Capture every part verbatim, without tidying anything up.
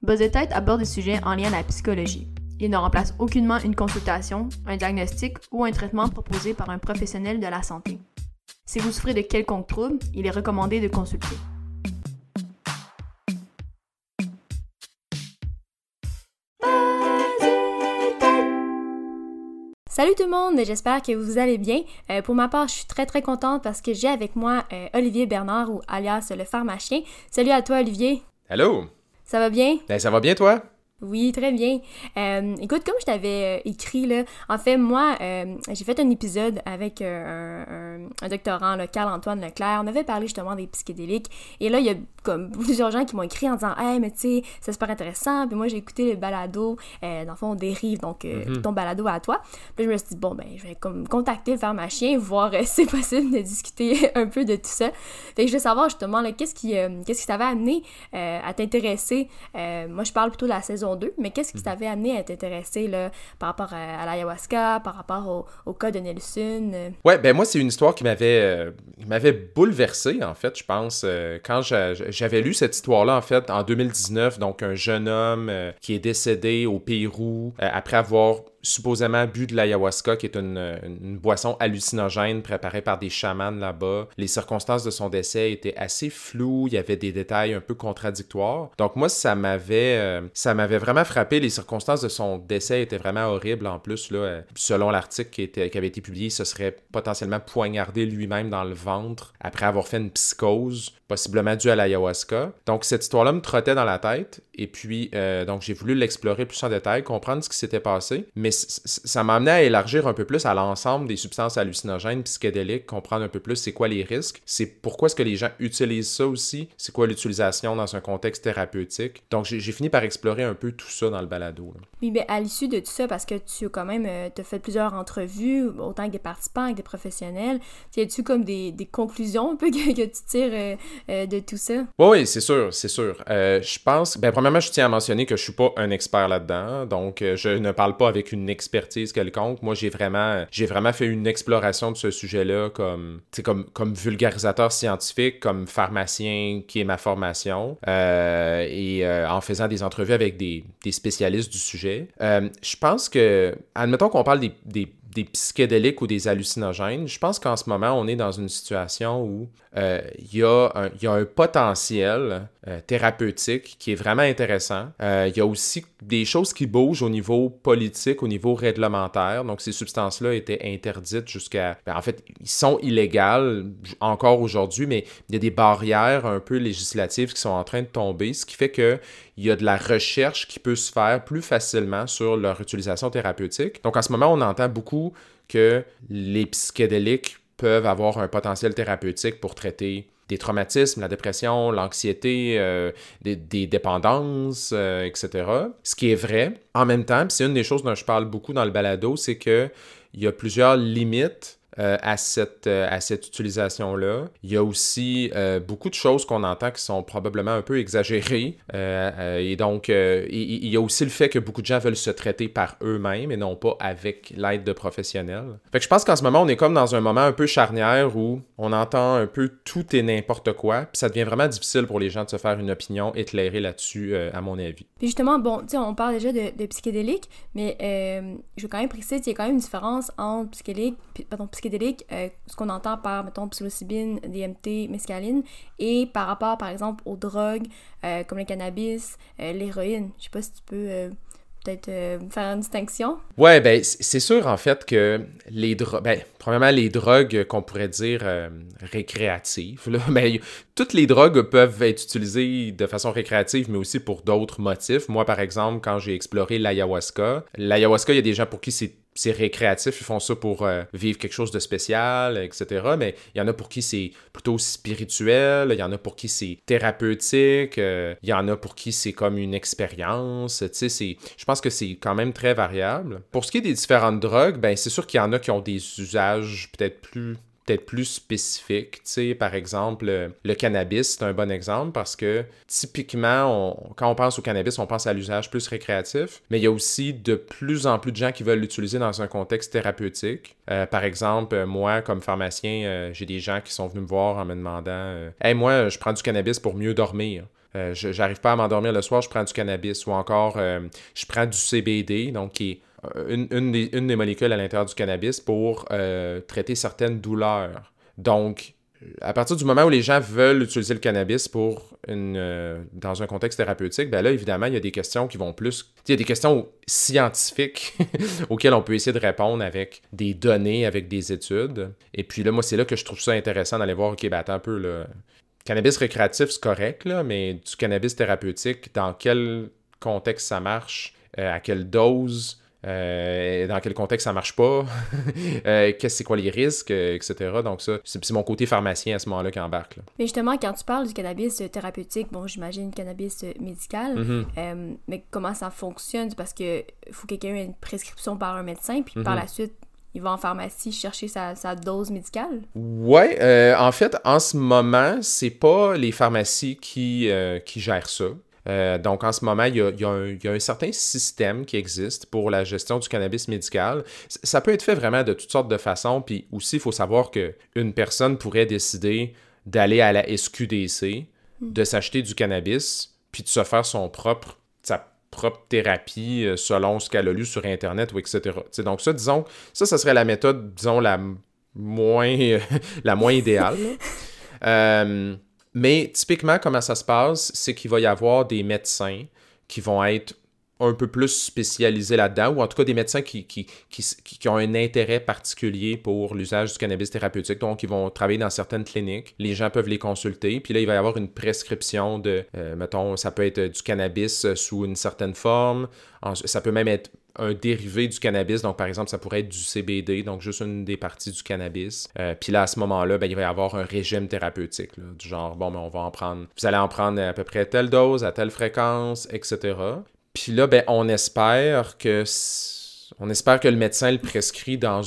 Buzz de tête aborde des sujets en lien à la psychologie. Il ne remplace aucunement une consultation, un diagnostic ou un traitement proposé par un professionnel de la santé. Si vous souffrez de quelconque trouble, il est recommandé de consulter. Salut tout le monde, j'espère que vous allez bien. Euh, pour ma part, je suis très très contente parce que j'ai avec moi euh, Olivier Bernard ou alias le pharmacien. Salut à toi Olivier. Allô? Ça va bien? Ben, ça va bien toi? Oui, très bien. Euh, écoute, comme je t'avais euh, écrit, là, en fait, moi, euh, j'ai fait un épisode avec euh, un, un, un doctorant, là, Carl-Antoine Leclerc. On avait parlé justement des psychédéliques. Et là, il y a comme plusieurs gens qui m'ont écrit en disant « Hey, mais tu sais, c'est super intéressant. » Puis moi, j'ai écouté le balado, euh, dans le fond, on dérive, donc euh, mm-hmm. ton balado à toi. Puis je me suis dit « Bon, ben, je vais comme contacter le pharmacien, voir euh, si c'est possible de discuter un peu de tout ça. » Fait que je veux savoir justement, là, qu'est-ce qui, euh, qu'est-ce qui t'avait amené euh, à t'intéresser. Euh, moi, je parle plutôt de la saison deux, mais qu'est-ce qui t'avait amené à t'intéresser là, par rapport à, à l'ayahuasca, par rapport au, au cas de Nelson? Euh... Ouais, ben moi, c'est une histoire qui m'avait, euh, qui m'avait bouleversé, en fait, je pense. Euh, quand j'a, j'avais lu cette histoire-là, en fait, en deux mille dix-neuf, donc un jeune homme euh, qui est décédé au Pérou euh, après avoir supposément bu de l'ayahuasca, qui est une, une boisson hallucinogène préparée par des chamans là-bas. Les circonstances de son décès étaient assez floues, il y avait des détails un peu contradictoires. Donc moi, ça m'avait euh, ça m'avait vraiment frappé. Les circonstances de son décès étaient vraiment horribles en plus. Là, selon l'article qui, était, qui avait été publié, il se serait potentiellement poignardé lui-même dans le ventre après avoir fait une psychose, possiblement due à l'ayahuasca. Donc cette histoire-là me trottait dans la tête et puis euh, donc j'ai voulu l'explorer plus en détail, comprendre ce qui s'était passé, mais ça m'a amené à élargir un peu plus à l'ensemble des substances hallucinogènes, psychédéliques, comprendre un peu plus c'est quoi les risques, c'est pourquoi est-ce que les gens utilisent ça aussi, c'est quoi l'utilisation dans un contexte thérapeutique. Donc j'ai, j'ai fini par explorer un peu tout ça dans le balado. Là. Oui, bien à l'issue de tout ça, parce que tu as quand même euh, t'as fait plusieurs entrevues, autant avec des participants, avec des professionnels, y a-tu comme des, des conclusions un peu que, que tu tires euh, euh, de tout ça? Oui, oui, c'est sûr, c'est sûr. Euh, je pense, ben premièrement, je tiens à mentionner que je suis pas un expert là-dedans, donc euh, je ne parle pas avec une expertise quelconque. Moi, j'ai vraiment, j'ai vraiment fait une exploration de ce sujet-là comme, comme, comme vulgarisateur scientifique, comme pharmacien qui est ma formation, euh, et euh, en faisant des entrevues avec des, des spécialistes du sujet. Euh, je pense que, admettons qu'on parle des, des des psychédéliques ou des hallucinogènes, je pense qu'en ce moment, on est dans une situation où euh, il y a un, il y a un potentiel euh, thérapeutique qui est vraiment intéressant. Euh, il y a aussi des choses qui bougent au niveau politique, au niveau réglementaire. Donc, ces substances-là étaient interdites jusqu'à... Ben, en fait, ils sont illégales encore aujourd'hui, mais il y a des barrières un peu législatives qui sont en train de tomber, ce qui fait que il y a de la recherche qui peut se faire plus facilement sur leur utilisation thérapeutique. Donc, en ce moment, on entend beaucoup que les psychédéliques peuvent avoir un potentiel thérapeutique pour traiter des traumatismes, la dépression, l'anxiété, euh, des, des dépendances, euh, et cetera. Ce qui est vrai. En même temps, c'est une des choses dont je parle beaucoup dans le balado, c'est qu'il y a plusieurs limites Euh, à, cette, euh, à cette utilisation-là. Il y a aussi euh, beaucoup de choses qu'on entend qui sont probablement un peu exagérées. Euh, euh, et donc, euh, il, il y a aussi le fait que beaucoup de gens veulent se traiter par eux-mêmes et non pas avec l'aide de professionnels. Fait que je pense qu'en ce moment, on est comme dans un moment un peu charnière où on entend un peu tout et n'importe quoi, puis ça devient vraiment difficile pour les gens de se faire une opinion éclairée là-dessus, euh, à mon avis. Puis justement, bon, tu sais, on parle déjà de, de psychédéliques, mais euh, je veux quand même préciser qu'il y a quand même une différence entre psychédéliques, pardon, psychédéliques, euh, ce qu'on entend par, mettons, psilocybine, D M T, mescaline, et par rapport, par exemple, aux drogues, euh, comme le cannabis, euh, l'héroïne. Je sais pas si tu peux euh, peut-être euh, faire une distinction. Ouais, ben, c'est sûr, en fait, que les drogues... Ben, premièrement, les drogues qu'on pourrait dire euh, récréatives, là, ben, toutes les drogues peuvent être utilisées de façon récréative, mais aussi pour d'autres motifs. Moi, par exemple, quand j'ai exploré l'ayahuasca, l'ayahuasca, il y a des gens pour qui c'est c'est récréatif, ils font ça pour euh, vivre quelque chose de spécial, et cetera. Mais il y en a pour qui c'est plutôt spirituel, il y en a pour qui c'est thérapeutique, euh, il y en a pour qui c'est comme une expérience. Tu sais, c'est, je pense que c'est quand même très variable. Pour ce qui est des différentes drogues, ben c'est sûr qu'il y en a qui ont des usages peut-être plus peut-être plus spécifiques. Tu sais, par exemple, le, le cannabis, c'est un bon exemple parce que typiquement, on, quand on pense au cannabis, on pense à l'usage plus récréatif, mais il y a aussi de plus en plus de gens qui veulent l'utiliser dans un contexte thérapeutique. Euh, par exemple, moi, comme pharmacien, euh, j'ai des gens qui sont venus me voir en me demandant euh, « Hey, moi, je prends du cannabis pour mieux dormir. » euh, je, j'arrive pas à m'endormir le soir, je prends du cannabis. Ou encore, euh, je prends du C B D, donc qui est une, une, des, une des molécules à l'intérieur du cannabis pour euh, traiter certaines douleurs. Donc, à partir du moment où les gens veulent utiliser le cannabis pour une, euh, dans un contexte thérapeutique, ben là, évidemment, il y a des questions qui vont plus... Il y a des questions scientifiques auxquelles on peut essayer de répondre avec des données, avec des études. Et puis là, moi, c'est là que je trouve ça intéressant d'aller voir, OK, ben attends un peu, là... Cannabis récréatif, c'est correct, là, mais du cannabis thérapeutique, dans quel contexte ça marche, euh, à quelle dose... Euh, dans quel contexte ça marche pas, euh, qu'est-ce c'est quoi les risques, euh, et cetera. Donc ça, c'est, c'est mon côté pharmacien à ce moment-là qui embarque. Là. Mais justement, quand tu parles du cannabis thérapeutique, bon, j'imagine cannabis médical, mm-hmm. euh, mais comment ça fonctionne? Parce que faut que quelqu'un ait une prescription par un médecin, puis mm-hmm. par la suite, il va en pharmacie chercher sa, sa dose médicale? Ouais, euh, en fait, en ce moment, c'est pas les pharmacies qui, euh, qui gèrent ça. Euh, donc, en ce moment, il y a, il y a un, il y a un certain système qui existe pour la gestion du cannabis médical. Ça peut être fait vraiment de toutes sortes de façons. Puis aussi, il faut savoir qu'une personne pourrait décider d'aller à la S Q D C, mm. de s'acheter du cannabis, puis de se faire son propre, sa propre thérapie selon ce qu'elle a lu sur Internet, ou et cetera. T'sais, donc ça, disons, ça, ça serait la méthode, disons, la moins, la moins idéale. euh, Mais typiquement, comment ça se passe, c'est qu'il va y avoir des médecins qui vont être un peu plus spécialisés là-dedans, ou en tout cas des médecins qui, qui, qui, qui ont un intérêt particulier pour l'usage du cannabis thérapeutique. Donc, ils vont travailler dans certaines cliniques. Les gens peuvent les consulter. Puis là, il va y avoir une prescription de, euh, mettons, ça peut être du cannabis sous une certaine forme. Ça peut même être un dérivé du cannabis, donc par exemple, ça pourrait être du C B D, donc juste une des parties du cannabis. Euh, puis là, à ce moment-là, ben, il va y avoir un régime thérapeutique, là, du genre, bon, ben, on va en prendre, vous allez en prendre à peu près telle dose, à telle fréquence, et cetera. Puis là, ben, on espère que on espère que le médecin le prescrit dans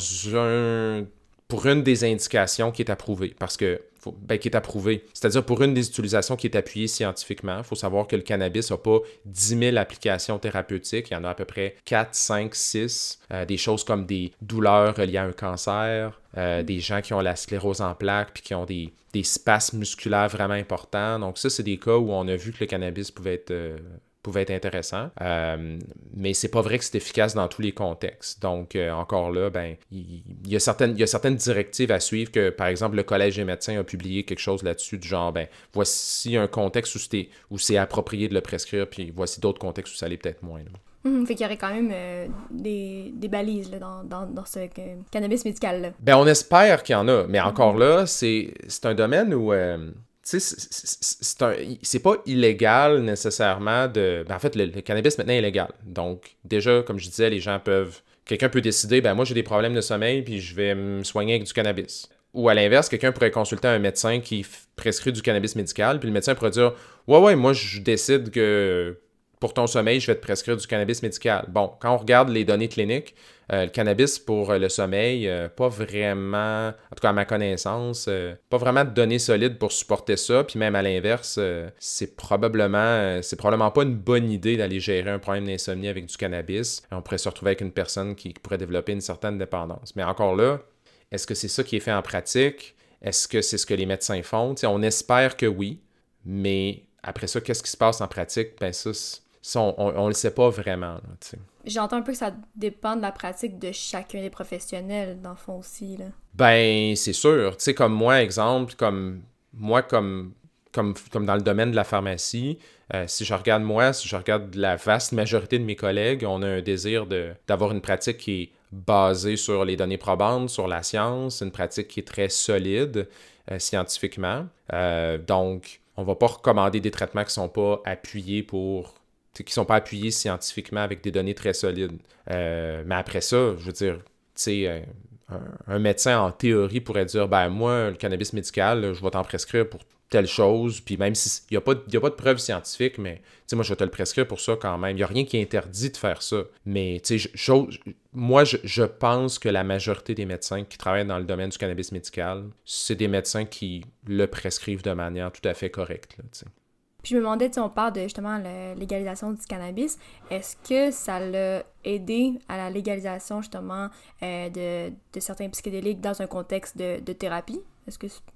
un pour une des indications qui est approuvée, parce que Faut, ben, qui est approuvé. C'est-à-dire pour une des utilisations qui est appuyée scientifiquement. Il faut savoir que le cannabis n'a pas dix mille applications thérapeutiques. Il y en a à peu près quatre, cinq, six. Euh, des choses comme des douleurs liées à un cancer, euh, des gens qui ont la sclérose en plaques puis qui ont des, des spasmes musculaires vraiment importants. Donc ça, c'est des cas où on a vu que le cannabis pouvait être... Euh, pouvait être intéressant, euh, mais c'est pas vrai que c'est efficace dans tous les contextes. Donc, euh, encore là, ben, il, il, y a certaines, il y a certaines directives à suivre que, par exemple, le Collège des médecins a publié quelque chose là-dessus, du genre, ben, voici un contexte où, c'était, où c'est approprié de le prescrire, puis voici d'autres contextes où ça l'est peut-être moins. Mmh, fait qu'il y aurait quand même euh, des, des balises là, dans, dans, dans ce euh, cannabis médical-là. Ben, on espère qu'il y en a, mais encore mmh. là, c'est, c'est un domaine où... Euh, Tu sais, c'est, c'est, c'est, un, c'est pas illégal nécessairement de... Ben en fait, le, le cannabis maintenant est légal. Donc, déjà, comme je disais, les gens peuvent... Quelqu'un peut décider, ben moi, j'ai des problèmes de sommeil, puis je vais me soigner avec du cannabis. Ou à l'inverse, quelqu'un pourrait consulter un médecin qui f- prescrit du cannabis médical, puis le médecin pourrait dire, ouais, ouais, moi, je décide que pour ton sommeil, je vais te prescrire du cannabis médical. Bon, quand on regarde les données cliniques, Euh, le cannabis pour euh, le sommeil, euh, pas vraiment, en tout cas à ma connaissance, euh, pas vraiment de données solides pour supporter ça. Puis même à l'inverse, euh, c'est probablement euh, c'est probablement pas une bonne idée d'aller gérer un problème d'insomnie avec du cannabis. On pourrait se retrouver avec une personne qui, qui pourrait développer une certaine dépendance. Mais encore là, est-ce que c'est ça qui est fait en pratique? Est-ce que c'est ce que les médecins font? T'sais, on espère que oui, mais après ça, qu'est-ce qui se passe en pratique? Ben ça, ça on ne le sait pas vraiment. Là, t'sais. J'entends un peu que ça dépend de la pratique de chacun des professionnels, dans le fond aussi, là. Ben, c'est sûr. Tu sais, comme moi, exemple, comme moi, comme, comme, comme dans le domaine de la pharmacie, euh, si je regarde moi, si je regarde la vaste majorité de mes collègues, on a un désir de, d'avoir une pratique qui est basée sur les données probantes, sur la science, une pratique qui est très solide euh, scientifiquement. Euh, donc, on ne va pas recommander des traitements qui ne sont pas appuyés pour... qui ne sont pas appuyés scientifiquement avec des données très solides. Euh, mais après ça, je veux dire, tu sais, euh, un, un médecin en théorie pourrait dire, ben moi, le cannabis médical, là, je vais t'en prescrire pour telle chose, puis même s'il n'y a, a pas de preuves scientifiques, mais tu sais, moi, je vais te le prescrire pour ça quand même. Il n'y a rien qui interdit de faire ça. Mais tu sais, moi, je, je pense que la majorité des médecins qui travaillent dans le domaine du cannabis médical, c'est des médecins qui le prescrivent de manière tout à fait correcte, là, tu sais. Puis je me demandais, tu sais, on parle de justement la légalisation du cannabis. Est-ce que ça l'a aidé à la légalisation justement euh, de, de certains psychédéliques dans un contexte de, de thérapie? Est-ce que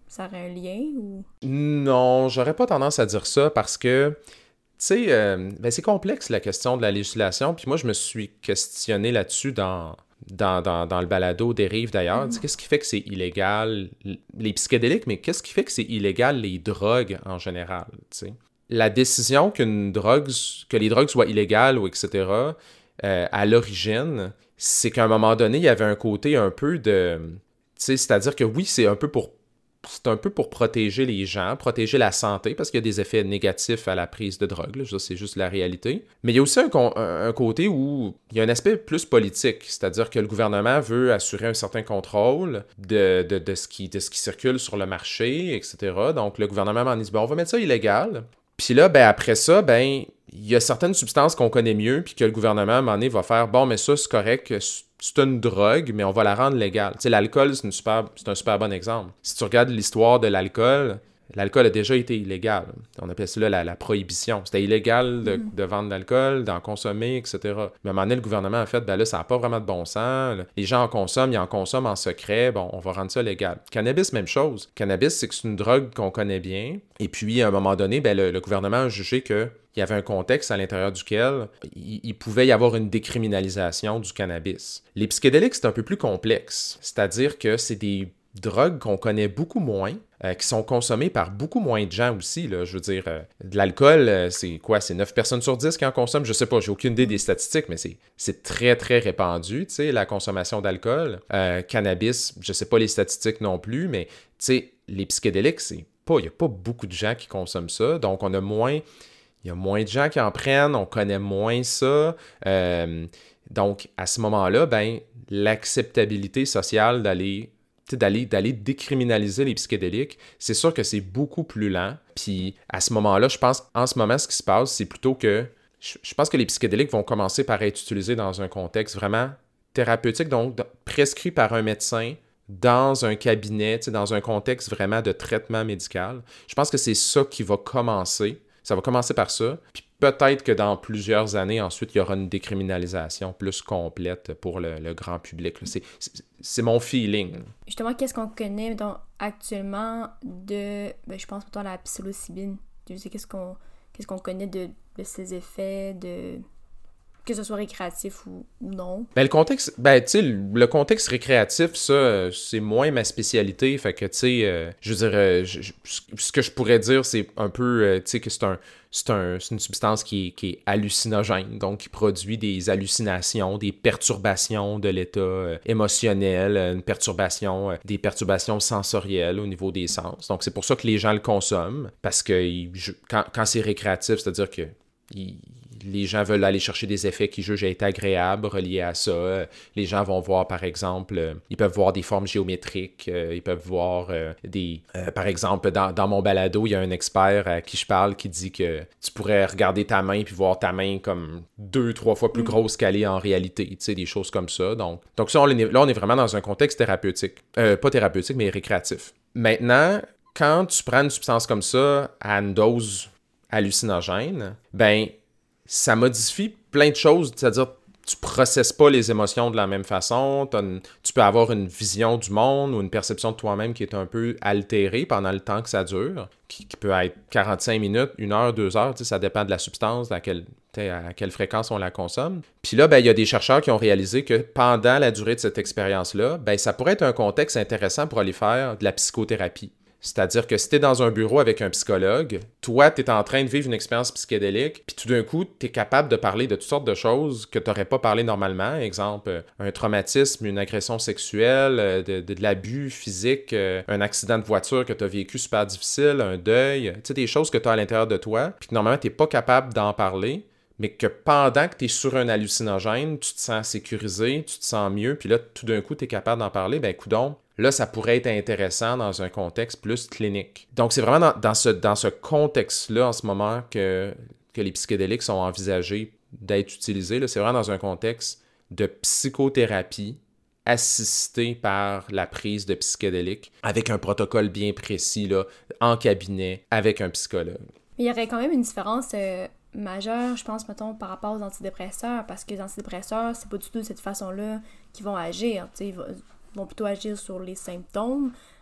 ça aurait un lien ou... Non, j'aurais pas tendance à dire ça parce que, tu sais, euh, ben c'est complexe la question de la législation. Puis moi, je me suis questionné là-dessus dans, dans, dans, dans le balado Dérive d'ailleurs. Mm-hmm. Tu sais, qu'est-ce qui fait que c'est illégal les psychédéliques, mais qu'est-ce qui fait que c'est illégal les drogues en général, tu sais? La décision qu'une drogue, que les drogues soient illégales ou et cetera, euh, à l'origine, c'est qu'à un moment donné, il y avait un côté un peu de... Tu sais, c'est-à-dire que oui, c'est un peu pour c'est un peu pour protéger les gens, protéger la santé, parce qu'il y a des effets négatifs à la prise de drogue, là, ça, c'est juste la réalité. Mais il y a aussi un, un, un côté où il y a un aspect plus politique, c'est-à-dire que le gouvernement veut assurer un certain contrôle de, de, de, ce, qui, de ce qui circule sur le marché, et cetera. Donc, le gouvernement m'en dit, bon, on va mettre ça illégal. Puis là, ben après ça, ben il y a certaines substances qu'on connaît mieux, puis que le gouvernement, à un moment donné, va faire, bon, mais ça, c'est correct, c'est une drogue, mais on va la rendre légale. Tu sais, l'alcool, c'est, une super, c'est un super bon exemple. Si tu regardes l'histoire de l'alcool, l'alcool a déjà été illégal. On appelle ça là, la, la prohibition. C'était illégal de, mm-hmm. de vendre de l'alcool, d'en consommer, et cetera. Mais à un moment donné, le gouvernement a fait, ben là, ça n'a pas vraiment de bon sens. Là. Les gens en consomment, ils en consomment en secret. Bon, on va rendre ça légal. Cannabis, même chose. Cannabis, c'est que c'est une drogue qu'on connaît bien. Et puis, à un moment donné, ben, le, le gouvernement a jugé que il y avait un contexte à l'intérieur duquel il, il pouvait y avoir une décriminalisation du cannabis. Les psychédéliques, c'est un peu plus complexe. C'est-à-dire que c'est des drogues qu'on connaît beaucoup moins, euh, qui sont consommées par beaucoup moins de gens aussi. Là. Je veux dire, euh, de l'alcool, euh, c'est quoi? C'est neuf personnes sur dix qui en consomment? Je sais pas, j'ai aucune idée des statistiques, mais c'est, c'est très, très répandu, tu sais, la consommation d'alcool. Euh, cannabis, je sais pas les statistiques non plus, mais tu sais, les psychédéliques, c'est pas, il y a pas beaucoup de gens qui consomment ça, donc on a moins... Il y a moins de gens qui en prennent, on connaît moins ça. Euh, donc, à ce moment-là, ben, l'acceptabilité sociale d'aller, d'aller, d'aller décriminaliser les psychédéliques, c'est sûr que c'est beaucoup plus lent. Puis, à ce moment-là, je pense, en ce moment, ce qui se passe, c'est plutôt que... Je, je pense que les psychédéliques vont commencer par être utilisés dans un contexte vraiment thérapeutique, donc prescrit par un médecin, dans un cabinet, dans un contexte vraiment de traitement médical. Je pense que c'est ça qui va commencer. Ça va commencer par ça, puis peut-être que dans plusieurs années, ensuite, il y aura une décriminalisation plus complète pour le, le grand public. C'est, c'est, c'est mon feeling. Justement, qu'est-ce qu'on connaît donc, actuellement de, ben, je pense plutôt à la psilocybine. Tu sais, qu'est-ce qu'on, qu'est-ce qu'on connaît de, de ses effets, de... que ce soit récréatif ou, ou non? Ben, le contexte, ben, tu sais, le contexte récréatif, ça, c'est moins ma spécialité. Fait que, tu sais, euh, je veux dire, euh, je, je, ce que je pourrais dire, c'est un peu, euh, tu sais, que c'est un, c'est un, c'est une substance qui est, qui est hallucinogène, donc qui produit des hallucinations, des perturbations de l'état euh, émotionnel, une perturbation, euh, des perturbations sensorielles au niveau des sens. Donc, c'est pour ça que les gens le consomment, parce que il, je, quand, quand c'est récréatif, c'est-à-dire que il, les gens veulent aller chercher des effets qu'ils jugent être agréables reliés à ça. Les gens vont voir, par exemple, euh, ils peuvent voir des formes géométriques, euh, ils peuvent voir euh, des... Euh, par exemple, dans, dans mon balado, il y a un expert à qui je parle qui dit que tu pourrais regarder ta main puis voir ta main comme deux, trois fois plus grosse qu'elle est en réalité, tu sais, des choses comme ça. Donc, donc ça, on est, là, on est vraiment dans un contexte thérapeutique. Euh, pas thérapeutique, mais récréatif. Maintenant, quand tu prends une substance comme ça à une dose hallucinogène, ben ça modifie plein de choses, c'est-à-dire tu processes pas les émotions de la même façon, une, tu peux avoir une vision du monde ou une perception de toi-même qui est un peu altérée pendant le temps que ça dure, qui, qui peut être quarante-cinq minutes, une heure, deux heures, ça dépend de la substance, à quelle, à quelle fréquence on la consomme. Puis là, ben, il y a des chercheurs qui ont réalisé que pendant la durée de cette expérience-là, ben, ça pourrait être un contexte intéressant pour aller faire de la psychothérapie. C'est-à-dire que si t'es dans un bureau avec un psychologue, toi, t'es en train de vivre une expérience psychédélique, puis tout d'un coup, t'es capable de parler de toutes sortes de choses que t'aurais pas parlé normalement. Exemple, un traumatisme, une agression sexuelle, de, de, de l'abus physique, un accident de voiture que t'as vécu super difficile, un deuil, tu sais, des choses que t'as à l'intérieur de toi, puis que normalement, t'es pas capable d'en parler, mais que pendant que t'es sur un hallucinogène, tu te sens sécurisé, tu te sens mieux, puis là, tout d'un coup, t'es capable d'en parler, ben coudonc, là, ça pourrait être intéressant dans un contexte plus clinique. Donc, c'est vraiment dans, dans, ce, dans ce contexte-là, en ce moment, que, que les psychédéliques sont envisagés d'être utilisés. Là. C'est vraiment dans un contexte de psychothérapie assistée par la prise de psychédéliques, avec un protocole bien précis, là, en cabinet, avec un psychologue. Mais il y aurait quand même une différence euh, majeure, je pense, mettons, par rapport aux antidépresseurs, parce que les antidépresseurs, c'est pas du tout de cette façon-là qu'ils vont agir, tu sais, vont plutôt agir sur les symptômes,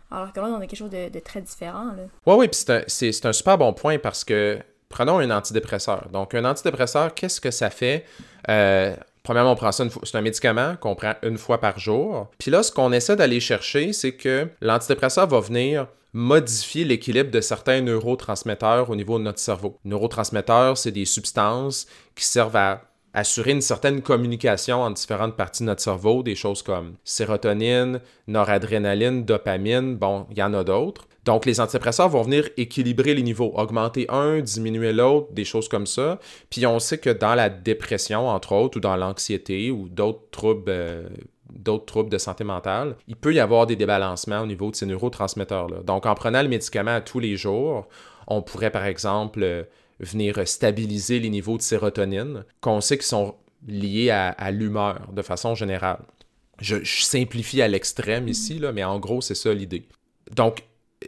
Alors que là, on a quelque chose de, de très différent. Oui, oui, puis c'est un, c'est, c'est un super bon point parce que prenons un antidépresseur. Donc, un antidépresseur, qu'est-ce que ça fait? Euh, premièrement, on prend ça, une fois, c'est un médicament qu'on prend une fois par jour. Puis là, ce qu'on essaie d'aller chercher, c'est que l'antidépresseur va venir modifier l'équilibre de certains neurotransmetteurs au niveau de notre cerveau. Les neurotransmetteurs, c'est des substances qui servent à assurer une certaine communication entre différentes parties de notre cerveau, des choses comme sérotonine, noradrénaline, dopamine, bon, il y en a d'autres. Donc, les antidépresseurs vont venir équilibrer les niveaux, augmenter un, diminuer l'autre, des choses comme ça. Puis on sait que dans la dépression, entre autres, ou dans l'anxiété, ou d'autres troubles, euh, d'autres troubles de santé mentale, il peut y avoir des débalancements au niveau de ces neurotransmetteurs-là. Donc, en prenant le médicament à tous les jours, on pourrait, par exemple, euh, venir stabiliser les niveaux de sérotonine, qu'on sait qu'ils sont liés à, à l'humeur, de façon générale. Je, je simplifie à l'extrême ici, là, mais en gros, c'est ça l'idée. Donc,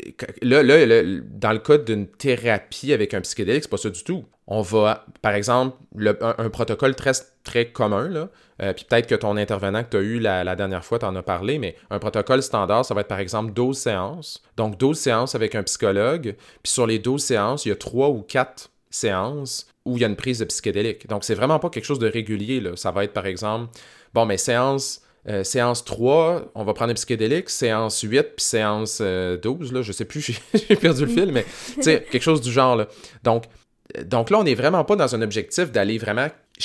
Là, là, là, dans le cas d'une thérapie avec un psychédélique, c'est pas ça du tout. On va, par exemple, le, un, un protocole très, très commun, là, euh, puis peut-être que ton intervenant que tu as eu la, la dernière fois t'en a parlé, mais un protocole standard, ça va être par exemple douze séances. Donc douze séances avec un psychologue, puis sur les douze séances, il y a trois ou quatre séances où il y a une prise de psychédélique. Donc c'est vraiment pas quelque chose de régulier, là. Ça va être par exemple, bon, mais séance... Euh, séance trois, on va prendre un psychédélique. Séance huit, puis séance euh, douze, là, je sais plus, j'ai, j'ai perdu le fil, mais tu sais, quelque chose du genre. Là. Donc, donc là, on n'est vraiment pas dans un objectif d'aller vraiment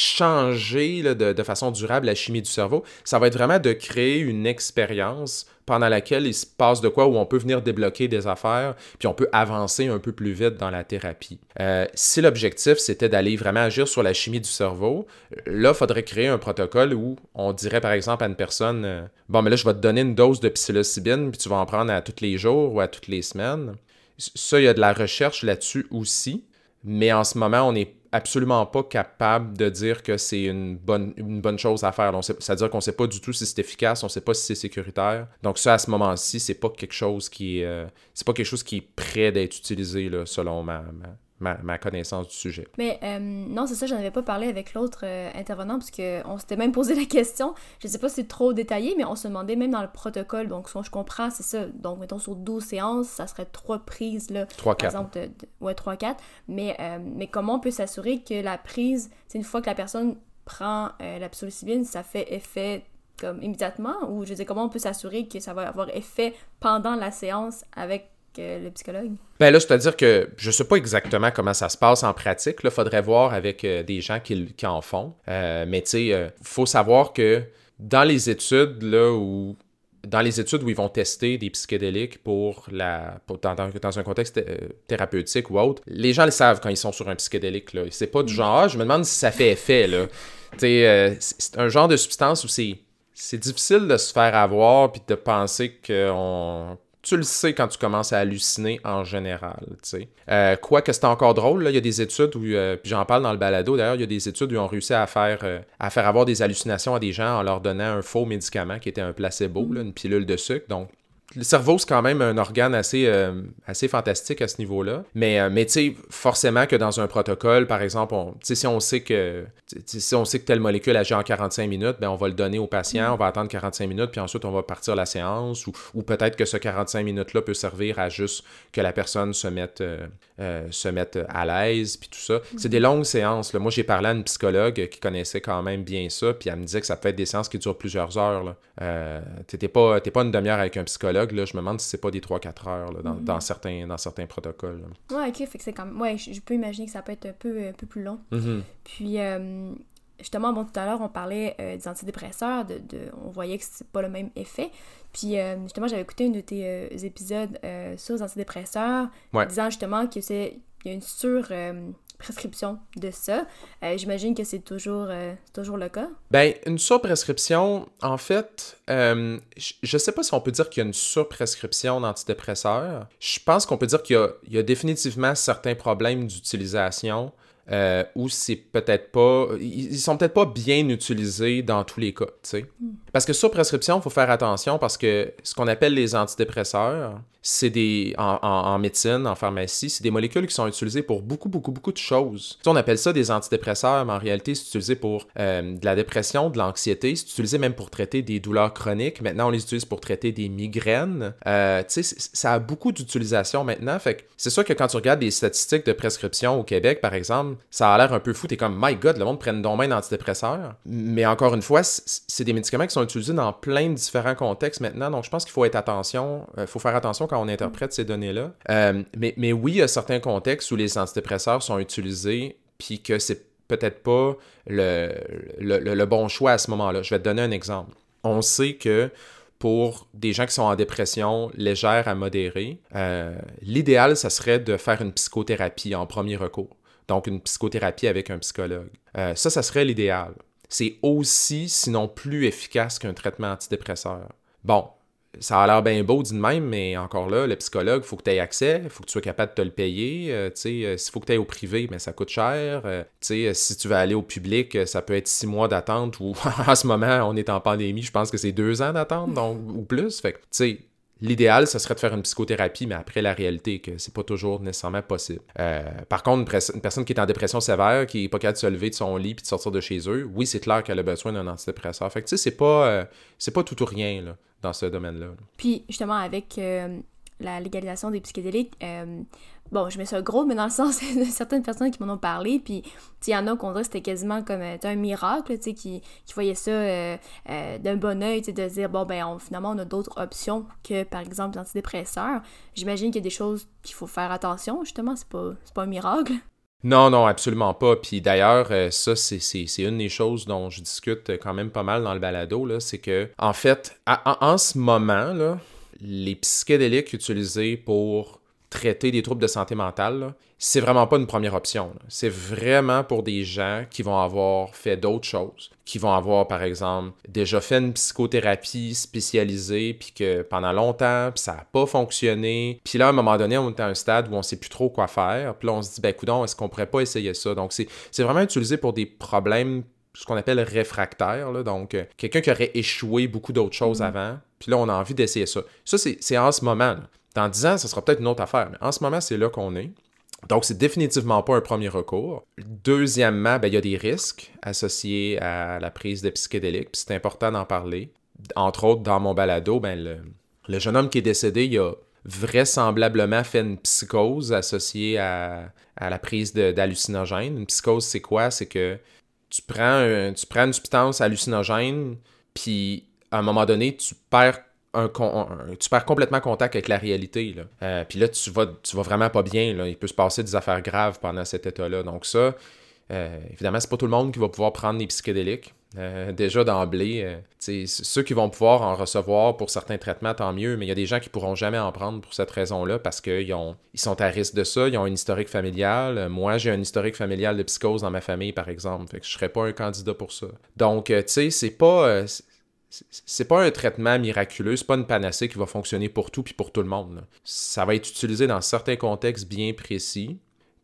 changer là, de, de façon durable la chimie du cerveau. Ça va être vraiment de créer une expérience pendant laquelle il se passe de quoi, où on peut venir débloquer des affaires, puis on peut avancer un peu plus vite dans la thérapie. Euh, si l'objectif, c'était d'aller vraiment agir sur la chimie du cerveau, là, il faudrait créer un protocole où on dirait, par exemple, à une personne, euh, bon, mais là, je vais te donner une dose de psilocybine, puis tu vas en prendre à tous les jours ou à toutes les semaines. Ça, il y a de la recherche là-dessus aussi, mais en ce moment, on n'est absolument pas capable de dire que c'est une bonne, une bonne chose à faire. Sait, c'est-à-dire qu'on ne sait pas du tout si c'est efficace, on ne sait pas si c'est sécuritaire. Donc ça, à ce moment-ci, c'est pas quelque chose qui est, euh, c'est pas quelque chose qui est prêt d'être utilisé, là, selon ma, ma, ma, ma connaissance du sujet. Mais euh, non, c'est ça, j'en avais pas parlé avec l'autre euh, intervenant, parce qu'on s'était même posé la question, je sais pas si c'est trop détaillé, mais on se demandait même dans le protocole, donc ce que je comprends, c'est ça, donc mettons sur douze séances, ça serait trois prises, là, trois par quatre. exemple, de, de, ouais, trois quatre, mais, euh, mais comment on peut s'assurer que la prise, c'est une fois que la personne prend euh, la psilocybine, ça fait effet comme immédiatement, ou je veux dire, comment on peut s'assurer que ça va avoir effet pendant la séance avec le psychologue? Ben là, c'est-à-dire que je sais pas exactement comment ça se passe en pratique. Il faudrait voir avec euh, des gens qui, qui en font. Euh, mais tu sais, il euh, faut savoir que dans les études, là, où dans les études où ils vont tester des psychédéliques pour la pour, dans, dans un contexte euh, thérapeutique ou autre, les gens le savent quand ils sont sur un psychédélique. Là. C'est pas du genre, ah, je me demande si ça fait effet. Là. Euh, c'est un genre de substance où c'est, c'est difficile de se faire avoir puis de penser qu'on... Tu le sais quand tu commences à halluciner en général, tu sais. Euh, Quoique c'est encore drôle, là, il y a des études où, euh, puis j'en parle dans le balado d'ailleurs, il y a des études où ils ont réussi à faire, euh, à faire avoir des hallucinations à des gens en leur donnant un faux médicament qui était un placebo, là, une pilule de sucre, donc... Le cerveau, c'est quand même un organe assez, euh, assez fantastique à ce niveau-là. Mais, euh, mais tu sais, forcément que dans un protocole, par exemple, on, si on sait que si on sait que telle molécule agit en quarante-cinq minutes, ben on va le donner au patient, on va attendre quarante-cinq minutes, puis ensuite on va partir la séance, ou, ou peut-être que ce quarante-cinq minutes-là peut servir à juste que la personne se mette, euh, euh, se mette à l'aise, puis tout ça. Mm-hmm. C'est des longues séances. Là. Moi, j'ai parlé à une psychologue qui connaissait quand même bien ça, puis elle me disait que ça peut être des séances qui durent plusieurs heures. Là. Euh, t'es pas, t'es pas une demi-heure avec un psychologue. Là, je me demande si c'est pas des trois à quatre heures là, dans, mm-hmm. dans, certains, dans certains protocoles. Là. Ouais, ok, fait que c'est quand même... Ouais, je, je peux imaginer que ça peut être un peu, un peu plus long. Mm-hmm. Puis, euh, justement, bon, tout à l'heure, on parlait euh, des antidépresseurs, de, de, on voyait que c'est pas le même effet. Puis, euh, justement, j'avais écouté un de tes euh, épisodes euh, sur les antidépresseurs, ouais. disant justement que c'est il y a une sur... Euh, prescription de ça. Euh, j'imagine que c'est toujours, euh, c'est toujours le cas. Ben, une surprescription, en fait, euh, je ne sais pas si on peut dire qu'il y a une surprescription d'antidépresseurs. Je pense qu'on peut dire qu'il y a, il y a définitivement certains problèmes d'utilisation euh, ou c'est peut-être pas... Ils sont peut-être pas bien utilisés dans tous les cas, tu sais. Mm. Parce que sur prescription, il faut faire attention parce que ce qu'on appelle les antidépresseurs, c'est des... En, en, en médecine, en pharmacie, c'est des molécules qui sont utilisées pour beaucoup, beaucoup, beaucoup de choses. Tu sais, on appelle ça des antidépresseurs, mais en réalité, c'est utilisé pour euh, de la dépression, de l'anxiété, c'est utilisé même pour traiter des douleurs chroniques. Maintenant, on les utilise pour traiter des migraines. Euh, tu sais, ça a beaucoup d'utilisation maintenant. Fait que c'est sûr que quand tu regardes les statistiques de prescription au Québec, par exemple, ça a l'air un peu fou. T'es comme, my God, le monde prenne donc bien d'antidépresseurs. Mais encore une fois, c'est des médicaments qui sont utilisés dans plein de différents contextes maintenant. Donc, je pense qu'il faut être attention, il euh, faut faire attention quand on interprète ces données-là. Euh, mais, mais oui, il y a certains contextes où les antidépresseurs sont utilisés, puis que c'est peut-être pas le, le, le, le bon choix à ce moment-là. Je vais te donner un exemple. On sait que pour des gens qui sont en dépression légère à modérée, euh, l'idéal, ça serait de faire une psychothérapie en premier recours. Donc, une psychothérapie avec un psychologue. Euh, ça, ça serait l'idéal. C'est aussi, sinon plus efficace qu'un traitement antidépresseur. Bon, ça a l'air bien beau dit de même, mais encore là, le psychologue, il faut que tu aies accès, il faut que tu sois capable de te le payer. Euh, tu sais, euh, s'il faut que tu ailles au privé, mais ça coûte cher. Euh, tu sais, euh, si tu veux aller au public, euh, ça peut être six mois d'attente ou en ce moment, on est en pandémie, je pense que c'est deux ans d'attente donc, ou plus. Fait que, tu sais, l'idéal, ce serait de faire une psychothérapie, mais après, la réalité, que c'est pas toujours nécessairement possible. Euh, par contre, une, pres- une personne qui est en dépression sévère, qui est pas capable de se lever de son lit puis de sortir de chez eux, oui, c'est clair qu'elle a besoin d'un antidépresseur. Fait que, tu sais, c'est pas, euh, c'est pas tout ou rien, là, dans ce domaine-là. Puis, justement, avec euh, la légalisation des psychédéliques, euh, bon, je mets ça gros, mais dans le sens de certaines personnes qui m'en ont parlé, puis il y en a qu'on dirait que c'était quasiment comme euh, un miracle, tu sais, qui, qui voyaient ça euh, euh, d'un bon œil, tu sais, de se dire, bon, ben, on, finalement, on a d'autres options que, par exemple, l'antidépresseur. J'imagine qu'il y a des choses qu'il faut faire attention, justement, c'est pas, c'est pas un miracle. Non, non, absolument pas. Puis d'ailleurs, euh, ça, c'est, c'est, c'est une des choses dont je discute quand même pas mal dans le balado, là, c'est que, en fait, à, en, en ce moment, là, les psychédéliques utilisés pour traiter des troubles de santé mentale, là, c'est vraiment pas une première option. Là. C'est vraiment pour des gens qui vont avoir fait d'autres choses, qui vont avoir, par exemple, déjà fait une psychothérapie spécialisée, puis que pendant longtemps, puis ça n'a pas fonctionné. Puis là, à un moment donné, on est à un stade où on sait plus trop quoi faire. Puis là, on se dit, ben coudonc, est-ce qu'on pourrait pas essayer ça? Donc, c'est, c'est vraiment utilisé pour des problèmes, ce qu'on appelle réfractaires. Là. Donc, euh, quelqu'un qui aurait échoué beaucoup d'autres choses mmh. avant. Puis là, on a envie d'essayer ça. Ça, c'est, c'est en ce moment. Là. Dans dix ans, ça sera peut-être une autre affaire, mais en ce moment, c'est là qu'on est. Donc, c'est définitivement pas un premier recours. Deuxièmement, ben, il y a des risques associés à la prise de psychédéliques, puis c'est important d'en parler. Entre autres, dans mon balado, ben, le, le jeune homme qui est décédé, il a vraisemblablement fait une psychose associée à, à la prise de, d'hallucinogènes. Une psychose, c'est quoi? C'est que tu prends, un, tu prends une substance hallucinogène, puis à un moment donné, tu perds Un, un, tu perds complètement contact avec la réalité. Là. Euh, puis là, tu vas, tu vas vraiment pas bien. Là. Il peut se passer des affaires graves pendant cet état-là. Donc ça, euh, évidemment, c'est pas tout le monde qui va pouvoir prendre des psychédéliques. Euh, déjà d'emblée, euh, ceux qui vont pouvoir en recevoir pour certains traitements, tant mieux, mais il y a des gens qui pourront jamais en prendre pour cette raison-là parce qu'ils ont, ils sont à risque de ça, ils ont un historique familial. Moi, j'ai un historique familial de psychose dans ma famille, par exemple. Fait que je serais pas un candidat pour ça. Donc, euh, tu sais, c'est pas... Euh, c'est pas un traitement miraculeux, c'est pas une panacée qui va fonctionner pour tout puis pour tout le monde. Là. Ça va être utilisé dans certains contextes bien précis.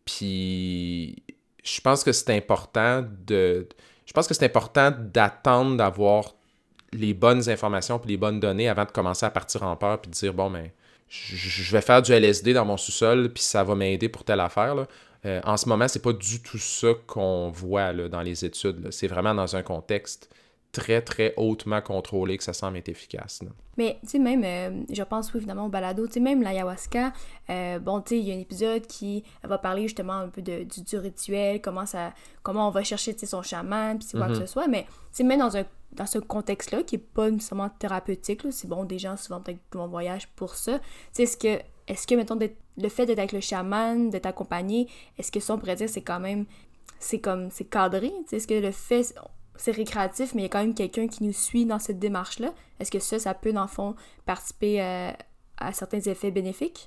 Puis je pense que c'est important de je pense que c'est important d'attendre d'avoir les bonnes informations puis les bonnes données avant de commencer à partir en peur puis de dire bon ben je vais faire du L S D dans mon sous-sol puis ça va m'aider pour telle affaire là. Euh, en ce moment, c'est pas du tout ça qu'on voit là, dans les études. Là. C'est vraiment dans un contexte très, très hautement contrôlé que ça semble être efficace. Là. Mais, tu sais, même, euh, je pense, oui, évidemment, au balado, tu sais, même l'ayahuasca, euh, bon, tu sais, il y a un épisode qui va parler justement un peu de, du, du rituel, comment ça, comment on va chercher, tu sais, son chaman, puis c'est quoi mm-hmm. que ce soit, mais, tu sais, même dans un dans ce contexte-là, qui est pas nécessairement thérapeutique, là, c'est bon, des gens souvent peut-être vont en voyage pour ça, tu sais, est-ce que, est-ce que, mettons, le fait d'être avec le chaman, d'être accompagné, est-ce que ça, on pourrait dire, c'est quand même, c'est comme, c'est cadré, tu sais, est-ce que le fait... c'est récréatif, mais il y a quand même quelqu'un qui nous suit dans cette démarche-là. Est-ce que ça, ça peut, dans le fond, participer à, à certains effets bénéfiques?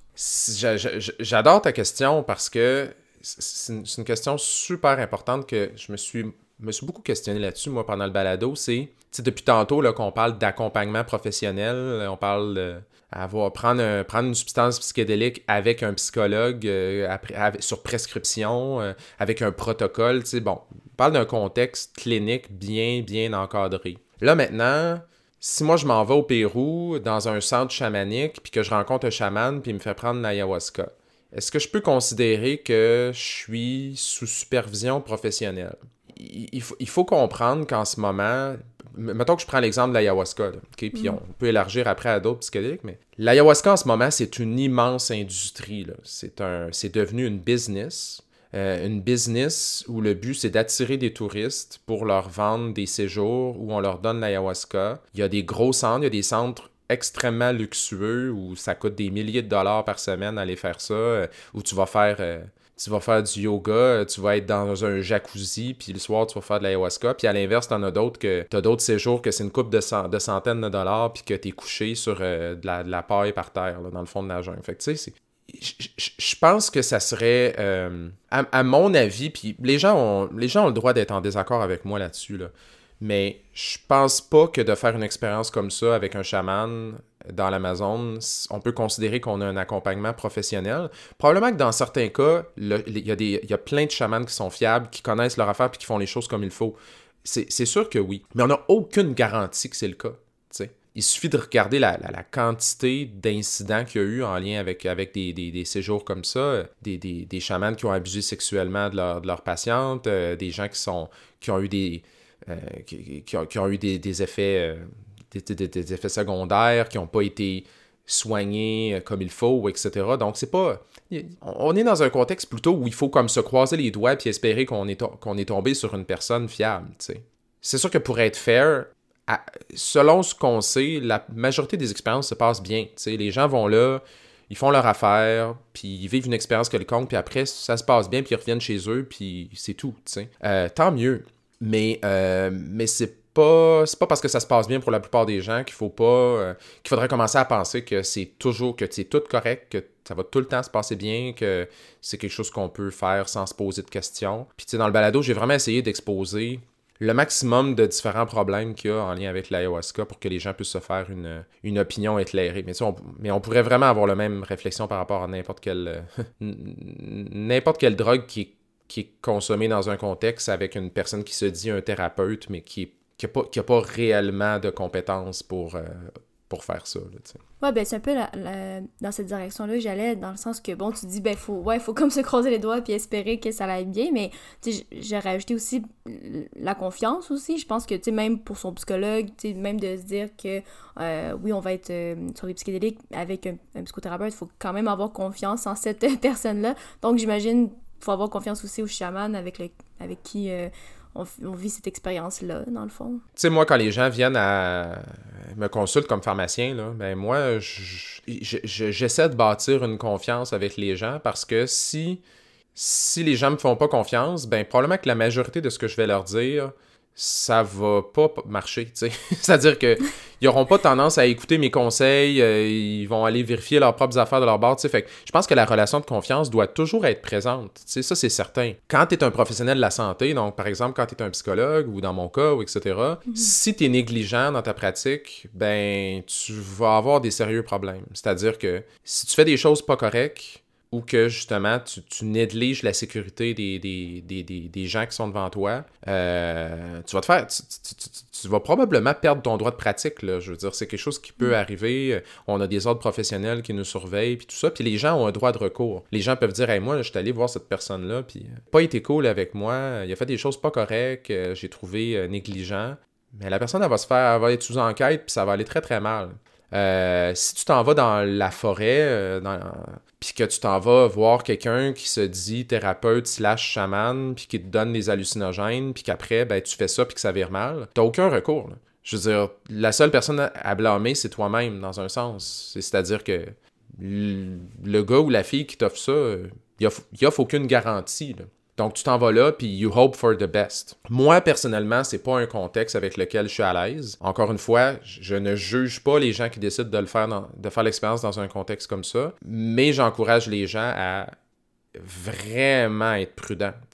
J'adore ta question parce que c'est une, c'est une question super importante que je me suis me suis beaucoup questionné là-dessus, moi, pendant le balado, c'est, tu sais, depuis tantôt, là, qu'on parle d'accompagnement professionnel, on parle de avoir, prendre, un, prendre une substance psychédélique avec un psychologue euh, après, avec, sur prescription, euh, avec un protocole, tu sais, bon, on parle d'un contexte clinique bien, bien encadré. Là, maintenant, si moi, je m'en vais au Pérou, dans un centre chamanique, puis que je rencontre un chaman, puis il me fait prendre l'ayahuasca, est-ce que je peux considérer que je suis sous supervision professionnelle? Il faut, il faut comprendre qu'en ce moment, mettons que je prends l'exemple de l'ayahuasca, là, okay? Puis mm. on peut élargir après à d'autres psychédéliques, mais l'ayahuasca en ce moment, c'est une immense industrie. Là. C'est, un, c'est devenu une business. Euh, une business où le but, c'est d'attirer des touristes pour leur vendre des séjours où on leur donne l'ayahuasca. Il y a des gros centres, il y a des centres extrêmement luxueux où ça coûte des milliers de dollars par semaine aller faire ça, euh, où tu vas faire... Euh, Tu vas faire du yoga, tu vas être dans un jacuzzi, puis le soir, tu vas faire de l'ayahuasca. Puis à l'inverse, t'en as d'autres que t'as d'autres séjours que c'est une couple de, cent, de centaines de dollars, puis que t'es couché sur euh, de, la, de la paille par terre, là, dans le fond de la jungle. Fait que tu sais, je pense que ça serait, euh, à, à mon avis, puis les gens ont les gens ont le droit d'être en désaccord avec moi là-dessus, là. Mais je pense pas que de faire une expérience comme ça avec un chaman dans l'Amazone, on peut considérer qu'on a un accompagnement professionnel. Probablement que dans certains cas, il y a des, y a plein de chamans qui sont fiables, qui connaissent leur affaire et qui font les choses comme il faut. C'est, c'est sûr que oui. Mais on n'a aucune garantie que c'est le cas. T'sais. Il suffit de regarder la, la, la quantité d'incidents qu'il y a eu en lien avec, avec des, des, des séjours comme ça, des, des, des chamans qui ont abusé sexuellement de, leur, de leurs patientes, euh, des gens qui, sont, qui ont eu des... Euh, qui, qui, ont, qui ont eu des, des effets euh, des, des, des effets secondaires, qui n'ont pas été soignés comme il faut, et cetera. Donc, c'est pas... On est dans un contexte plutôt où il faut comme se croiser les doigts puis espérer qu'on est, to- qu'on est tombé sur une personne fiable, tu sais. C'est sûr que pour être fair, à, selon ce qu'on sait, la majorité des expériences se passent bien, tu sais. Les gens vont là, ils font leur affaire, puis ils vivent une expérience quelconque, puis après, ça se passe bien, puis ils reviennent chez eux, puis c'est tout, tu sais. Euh, tant mieux. Mais, euh, mais c'est pas, c'est pas parce que ça se passe bien pour la plupart des gens qu'il faut pas, euh, qu'il faudrait commencer à penser que c'est toujours, que c'est tout correct, que ça va tout le temps se passer bien, que c'est quelque chose qu'on peut faire sans se poser de questions. Puis tu sais, dans le balado, j'ai vraiment essayé d'exposer le maximum de différents problèmes qu'il y a en lien avec l'ayahuasca pour que les gens puissent se faire une, une opinion éclairée. Mais, on, mais on pourrait vraiment avoir la même réflexion par rapport à n'importe quelle, n'importe quelle drogue qui est qui est consommé dans un contexte avec une personne qui se dit un thérapeute, mais qui n'a pas, qui a pas réellement de compétences pour, euh, pour faire ça. Là, t'sais. Ouais, ben c'est un peu la, la, dans cette direction-là que j'allais, dans le sens que, bon, tu dis, ben, faut, ouais, faut comme se croiser les doigts puis espérer que ça aille bien, mais, tu sais, j'ai rajouté aussi la confiance aussi. Je pense que, tu sais, même pour son psychologue, tu sais, même de se dire que, euh, oui, on va être euh, sur les psychédéliques avec un, un psychothérapeute, il faut quand même avoir confiance en cette personne-là. Donc, j'imagine il faut avoir confiance aussi au chaman avec, le, avec qui euh, on, on vit cette expérience-là, dans le fond. Tu sais, moi, quand les gens viennent à me consulter comme pharmacien, là, ben moi, je, je, je, j'essaie de bâtir une confiance avec les gens parce que si, si les gens me font pas confiance, ben probablement que la majorité de ce que je vais leur dire, ça va pas marcher, tu sais. C'est-à-dire que ils auront pas tendance à écouter mes conseils, euh, ils vont aller vérifier leurs propres affaires de leur bord, tu sais. Fait que je pense que la relation de confiance doit toujours être présente, tu sais, ça c'est certain. Quand tu es un professionnel de la santé, donc par exemple quand tu es un psychologue ou dans mon cas, ou et cetera, mm-hmm. si tu es négligent dans ta pratique, ben tu vas avoir des sérieux problèmes. C'est-à-dire que si tu fais des choses pas correctes, ou que, justement, tu, tu négliges la sécurité des, des, des, des, des gens qui sont devant toi, euh, tu vas te faire... Tu, tu, tu, tu vas probablement perdre ton droit de pratique, là. Je veux dire, c'est quelque chose qui peut arriver. On a des ordres professionnels qui nous surveillent, puis tout ça, puis les gens ont un droit de recours. Les gens peuvent dire « Hey, moi, je suis allé voir cette personne-là, puis pas été cool avec moi, il a fait des choses pas correctes, j'ai trouvé euh, négligent. » Mais la personne, elle va se faire... Elle va être sous enquête, puis ça va aller très, très mal. Euh, si tu t'en vas dans la forêt, euh, dans, puis que tu t'en vas voir quelqu'un qui se dit thérapeute slash chaman, puis qui te donne des hallucinogènes, puis qu'après, ben, tu fais ça, puis que ça vire mal, t'as aucun recours. Là. Je veux dire, la seule personne à blâmer, c'est toi-même, dans un sens. C'est-à-dire que le gars ou la fille qui t'offre ça, il offre aucune garantie, là. Donc, tu t'en vas là, puis you hope for the best. Moi, personnellement, c'est pas un contexte avec lequel je suis à l'aise. Encore une fois, je ne juge pas les gens qui décident de le faire, dans, de faire l'expérience dans un contexte comme ça, mais j'encourage les gens à vraiment être prudents, tu sais.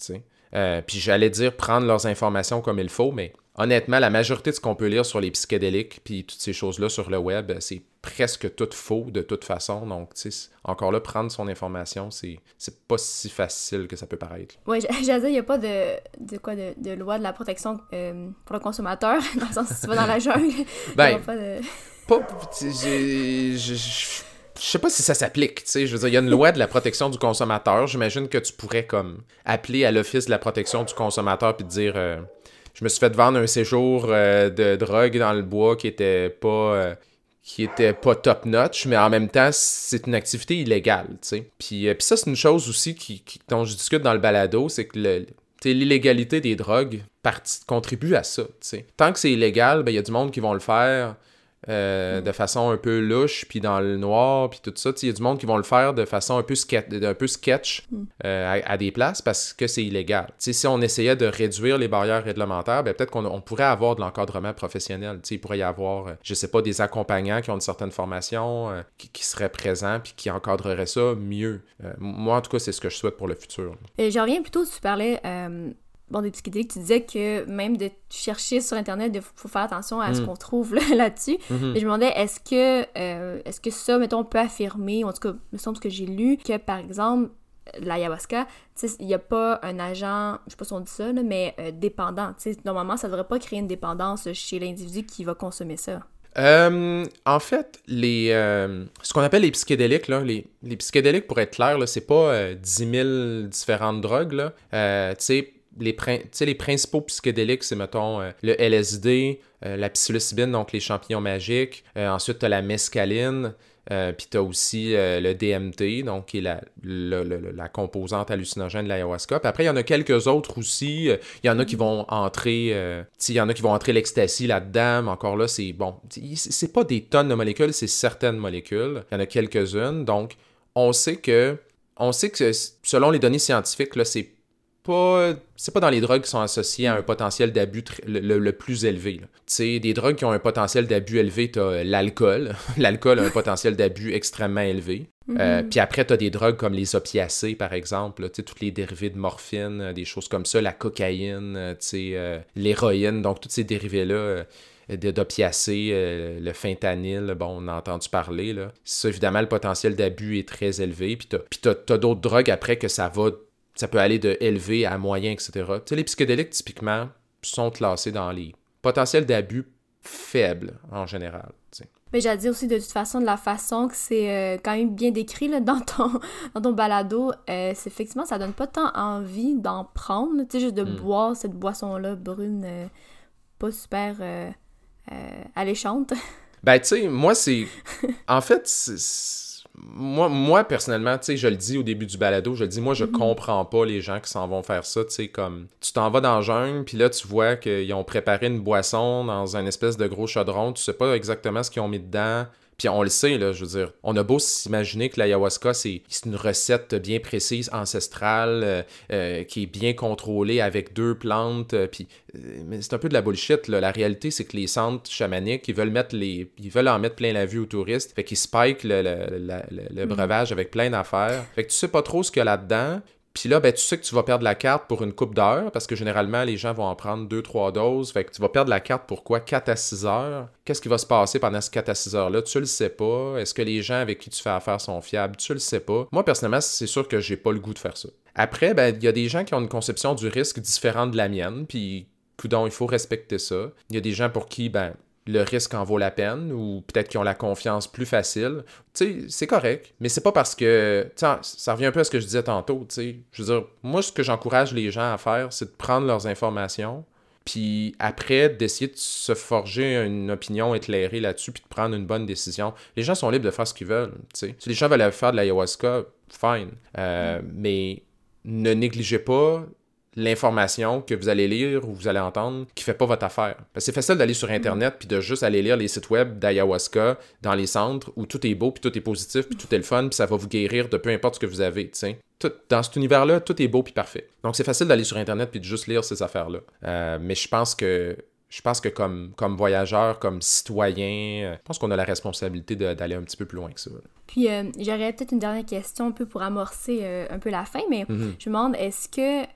Euh, puis j'allais dire prendre leurs informations comme il faut, mais honnêtement, la majorité de ce qu'on peut lire sur les psychédéliques puis toutes ces choses-là sur le web, c'est presque tout faux de toute façon. Donc, tu sais, encore là, prendre son information, c'est, c'est pas si facile que ça peut paraître. Oui, j'allais dire, il n'y a pas de, de quoi de, de loi de la protection euh, pour le consommateur, dans le sens si tu vas dans la jungle. Ben, il y a pas de... pas... j'ai... j'ai- j'ai- Je sais pas si ça s'applique, tu sais, je veux dire, il y a une loi de la protection du consommateur, j'imagine que tu pourrais comme appeler à l'office de la protection du consommateur puis te dire euh, je me suis fait vendre un séjour euh, de drogue dans le bois qui était pas euh, qui était pas top notch, mais en même temps c'est une activité illégale, tu sais. Puis euh, puis ça c'est une chose aussi qui, qui dont je discute dans le balado, c'est que le t'sais, l'illégalité des drogues partie, contribue à ça, tu sais. Tant que c'est illégal, ben il y a du monde qui vont le faire Euh, mm. de façon un peu louche, puis dans le noir, puis tout ça. Il y a du monde qui vont le faire de façon un peu, ske- un peu sketch mm. euh, à, à des places parce que c'est illégal. T'sais, si on essayait de réduire les barrières réglementaires, ben, peut-être qu'on on pourrait avoir de l'encadrement professionnel. T'sais, il pourrait y avoir, euh, je sais pas, des accompagnants qui ont une certaine formation, euh, qui, qui seraient présents, puis qui encadreraient ça mieux. Euh, moi, en tout cas, c'est ce que je souhaite pour le futur. Euh, J'en reviens plutôt, tu parlais... Euh... Bon, des psychédéliques, tu disais que même de chercher sur Internet, il faut faire attention à mm. ce qu'on trouve là, là-dessus. Mm-hmm. Et je me demandais, est-ce que, euh, est-ce que ça, mettons, on peut affirmer, en tout cas, il me semble que j'ai lu, que par exemple, l'ayahuasca, il n'y a pas un agent, je sais pas si on dit ça, là, mais euh, dépendant. T'sais, normalement, ça ne devrait pas créer une dépendance chez l'individu qui va consommer ça. Euh, en fait, les euh, ce qu'on appelle les psychédéliques, là, les, les psychédéliques, pour être clair, là, c'est pas euh, dix mille différentes drogues. Là. Euh, tu sais, Les, prin- les principaux psychédéliques, c'est, mettons, euh, le L S D, euh, la psilocybine, donc les champignons magiques. Euh, ensuite, tu as la mescaline, euh, puis tu as aussi euh, le D M T, donc qui est la, le, le, la composante hallucinogène de l'ayahuasca. Puis après, il y en a quelques autres aussi. Il euh, y en a qui vont entrer, euh, il y en a qui vont entrer l'ecstasy là-dedans, mais encore là, c'est bon. C'est pas des tonnes de molécules, c'est certaines molécules. Il y en a quelques-unes. Donc, on sait que, on sait que selon les données scientifiques, là, c'est Pas, c'est pas dans les drogues qui sont associées à un potentiel d'abus tr- le, le, le plus élevé. Tu sais, des drogues qui ont un potentiel d'abus élevé, t'as l'alcool. L'alcool a un potentiel d'abus extrêmement élevé. Mm-hmm. Euh, puis après, t'as des drogues comme les opiacés, par exemple. Tu sais, tous les dérivés de morphine, des choses comme ça, la cocaïne, tu sais, euh, l'héroïne. Donc, tous ces dérivés-là... Euh, d'opiacés, euh, le fentanyl, bon, on a entendu parler, là. Ça, évidemment, le potentiel d'abus est très élevé. Puis t'as, puis t'as, t'as d'autres drogues après que ça va... Ça peut aller de élevé à moyen, et cetera. Tu sais, les psychédéliques, typiquement, sont classés dans les potentiels d'abus faibles, en général. Tu sais. Mais j'allais dire aussi, de toute façon, de la façon que c'est euh, quand même bien décrit là, dans, ton, dans ton balado, euh, c'est effectivement, ça donne pas tant envie d'en prendre. Tu sais, juste de mm. boire cette boisson-là brune, euh, pas super euh, euh, alléchante. Ben, tu sais, moi, c'est... En fait, c'est... Moi, moi, personnellement, tu sais, je le dis au début du balado, je le dis, moi, je mm-hmm. comprends pas les gens qui s'en vont faire ça, tu sais, comme, tu t'en vas dans le jungle, puis là, tu vois qu'ils ont préparé une boisson dans un espèce de gros chaudron, tu sais pas exactement ce qu'ils ont mis dedans, puis on le sait, là, je veux dire, on a beau s'imaginer que l'ayahuasca, c'est, c'est une recette bien précise, ancestrale, euh, euh, qui est bien contrôlée avec deux plantes, euh, puis euh, mais c'est un peu de la bullshit, là. La réalité, c'est que les centres chamaniques, ils veulent mettre les, ils veulent en mettre plein la vue aux touristes, fait qu'ils spikent le, le, le, le, le breuvage avec plein d'affaires, fait que tu sais pas trop ce qu'il y a là-dedans. Puis là, ben, tu sais que tu vas perdre la carte pour une couple d'heures, parce que généralement, les gens vont en prendre deux trois doses. Fait que tu vas perdre la carte pour quoi? quatre à six heures. Qu'est-ce qui va se passer pendant ces quatre à six heures-là? Tu le sais pas. Est-ce que les gens avec qui tu fais affaire sont fiables? Tu le sais pas. Moi, personnellement, c'est sûr que j'ai pas le goût de faire ça. Après, ben, il y a des gens qui ont une conception du risque différente de la mienne, puis, coudonc, il faut respecter ça. Il y a des gens pour qui, ben, le risque en vaut la peine, ou peut-être qu'ils ont la confiance plus facile. Tu sais, c'est correct, mais c'est pas parce que... Tu sais, ça revient un peu à ce que je disais tantôt, tu sais. Je veux dire, moi, ce que j'encourage les gens à faire, c'est de prendre leurs informations, puis après, d'essayer de se forger une opinion éclairée là-dessus, puis de prendre une bonne décision. Les gens sont libres de faire ce qu'ils veulent, tu sais. Si les gens veulent faire de l'ayahuasca, fine. Euh, mm. Mais ne négligez pas l'information que vous allez lire ou vous allez entendre qui fait pas votre affaire. Parce que c'est facile d'aller sur Internet puis de juste aller lire les sites web d'ayahuasca dans les centres où tout est beau puis tout est positif puis tout est le fun puis ça va vous guérir de peu importe ce que vous avez, tu sais. Tout, dans cet univers-là, tout est beau puis parfait. Donc c'est facile d'aller sur Internet puis de juste lire ces affaires-là. Euh, mais je pense que je pense que comme, comme voyageur, comme citoyen, je pense qu'on a la responsabilité de, d'aller un petit peu plus loin que ça. Puis euh, j'aurais peut-être une dernière question un peu pour amorcer euh, un peu la fin, mais mm-hmm. je me demande, est-ce que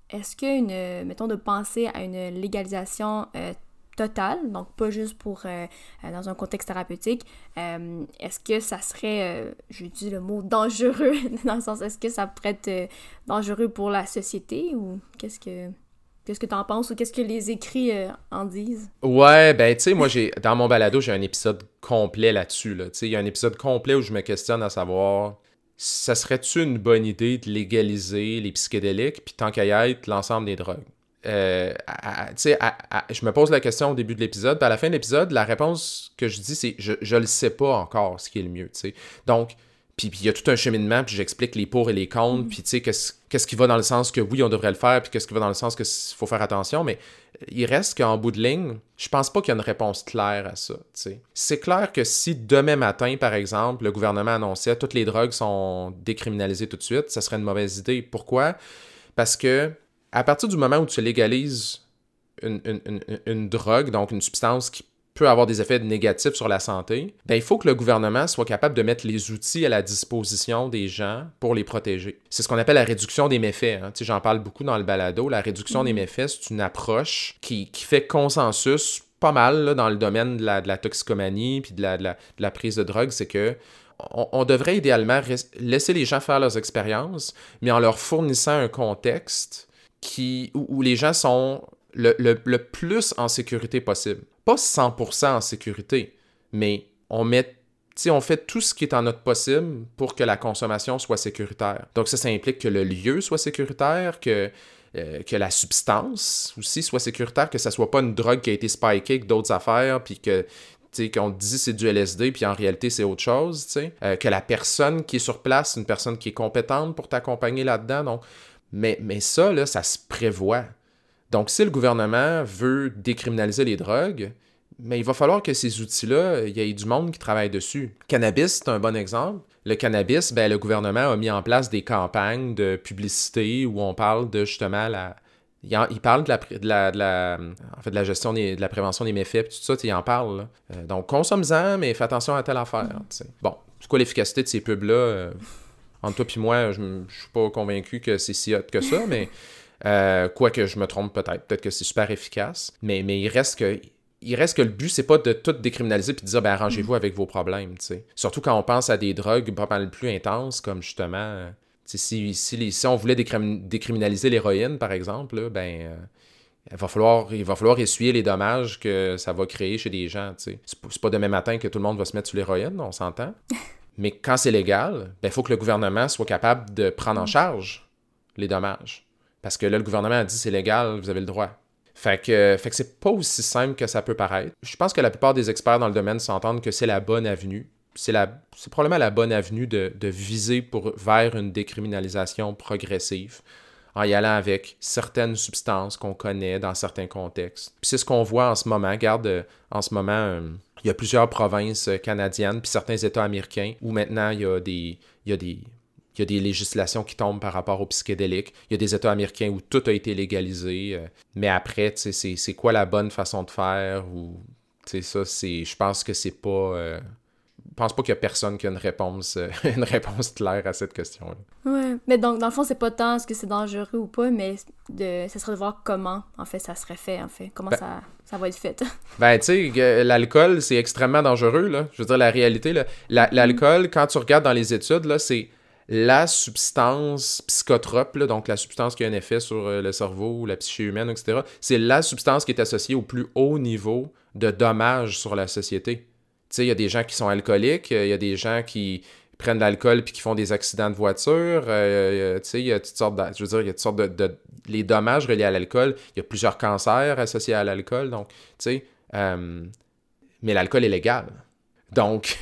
est-ce qu'une, mettons, de penser à une légalisation euh, totale, donc pas juste pour euh, dans un contexte thérapeutique, euh, est-ce que ça serait, euh, je dis le mot dangereux, dans le sens, est-ce que ça pourrait être euh, dangereux pour la société ou qu'est-ce que qu'est-ce que t'en penses ou qu'est-ce que les écrits euh, en disent? Ouais, ben tu sais, moi, j'ai dans mon balado, j'ai un épisode complet là-dessus, là. Tu sais, il y a un épisode complet où je me questionne à savoir, ça serait-tu une bonne idée de légaliser les psychédéliques, puis tant qu'à y être, l'ensemble des drogues? Euh, tu sais, je me pose la question au début de l'épisode, puis à la fin de l'épisode, la réponse que je dis, c'est je, je le sais pas encore ce qui est le mieux, tu sais. Donc, puis il y a tout un cheminement, puis j'explique les pour et les contre, mm. puis tu sais, qu'est-ce, qu'est-ce qui va dans le sens que oui, on devrait le faire, puis qu'est-ce qui va dans le sens qu'il faut faire attention, mais il reste qu'en bout de ligne, je pense pas qu'il y a une réponse claire à ça, tu sais. C'est clair que si demain matin, par exemple, le gouvernement annonçait toutes les drogues sont décriminalisées tout de suite, ça serait une mauvaise idée. Pourquoi? Parce que à partir du moment où tu légalises une, une, une, une drogue, donc une substance qui peut avoir des effets négatifs sur la santé, ben, il faut que le gouvernement soit capable de mettre les outils à la disposition des gens pour les protéger. C'est ce qu'on appelle la réduction des méfaits. Hein. Tu sais, j'en parle beaucoup dans le balado. La réduction mmh. des méfaits, c'est une approche qui, qui fait consensus pas mal là, dans le domaine de la, de la toxicomanie puis de la, de, la, de la prise de drogue. C'est que on, on devrait idéalement res- laisser les gens faire leurs expériences, mais en leur fournissant un contexte Qui, où, où les gens sont le, le, le plus en sécurité possible. Pas cent pour cent en sécurité, mais on met, on fait tout ce qui est en notre possible pour que la consommation soit sécuritaire. Donc ça, ça implique que le lieu soit sécuritaire, que, euh, que la substance aussi soit sécuritaire, que ça soit pas une drogue qui a été spikée avec d'autres affaires, puis que T'sais, qu'on te dit c'est du L S D, puis en réalité c'est autre chose, euh, que la personne qui est sur place, une personne qui est compétente pour t'accompagner là-dedans, donc Mais, mais ça, là, ça se prévoit. Donc, si le gouvernement veut décriminaliser les drogues, mais il va falloir que ces outils-là, il y ait du monde qui travaille dessus. Cannabis, c'est un bon exemple. Le cannabis, ben, le gouvernement a mis en place des campagnes de publicité où on parle de, justement, la... Il, en, il parle de la, de, la, de, la, en fait, de la gestion des, de la prévention des méfaits, tout ça, il en parle. Là. Euh, donc, consomme-en, mais fais attention à telle affaire. T'sais. Bon, c'est quoi l'efficacité de ces pubs-là? Euh... Entre toi puis moi, je ne suis pas convaincu que c'est si hot que ça, mais euh, quoique je me trompe peut-être. Peut-être que c'est super efficace. Mais, mais il reste que il reste que le but, c'est pas de tout décriminaliser puis de dire ben, arrangez-vous avec vos problèmes. T'sais. Surtout quand on pense à des drogues pas mal plus intenses, comme justement, si, si, les, si on voulait décrim- décriminaliser l'héroïne, par exemple, là, ben. Euh, Il va, falloir, il va falloir essuyer les dommages que ça va créer chez des gens. T'sais. C'est, c'est pas demain matin que tout le monde va se mettre sur l'héroïne, on s'entend. Mais quand c'est légal, il ben, faut que le gouvernement soit capable de prendre en charge les dommages. Parce que là, le gouvernement a dit c'est légal, vous avez le droit. Fait que, fait que c'est pas aussi simple que ça peut paraître. Je pense que la plupart des experts dans le domaine s'entendent que c'est la bonne avenue. C'est, la, c'est probablement la bonne avenue de, de viser pour, vers une décriminalisation progressive en y allant avec certaines substances qu'on connaît dans certains contextes. Puis c'est ce qu'on voit en ce moment. Regarde, en ce moment, euh, il y a plusieurs provinces canadiennes puis certains États américains où maintenant il y a des, il y a des, il y a des législations qui tombent par rapport aux psychédéliques. Il y a des États américains où tout a été légalisé. Euh, mais après, tu sais, c'est, c'est quoi la bonne façon de faire? Ou, tu sais, ça, c'est, je pense que c'est pas... Euh, Je pense pas qu'il y a personne qui a une réponse, euh, une réponse claire à cette question-là. Ouais, mais donc, dans le fond, c'est pas tant est-ce que c'est dangereux ou pas, mais de, ça serait de voir comment, en fait, ça serait fait, en fait. Comment ben, ça, ça va être fait. Ben, tu sais, l'alcool, c'est extrêmement dangereux, là. Je veux dire, la réalité, là, la, l'alcool, quand tu regardes dans les études, là, c'est la substance psychotrope, là, donc la substance qui a un effet sur le cerveau ou la psyché humaine, et cetera. C'est la substance qui est associée au plus haut niveau de dommages sur la société. Tu sais, il y a des gens qui sont alcooliques, il y a des gens qui prennent de l'alcool puis qui font des accidents de voiture. Euh, tu sais, il y a toutes sortes de... Je veux dire, il y a toutes sortes de... de les dommages reliés à l'alcool. Il y a plusieurs cancers associés à l'alcool. Donc, tu sais... Euh, mais l'alcool est légal. Donc...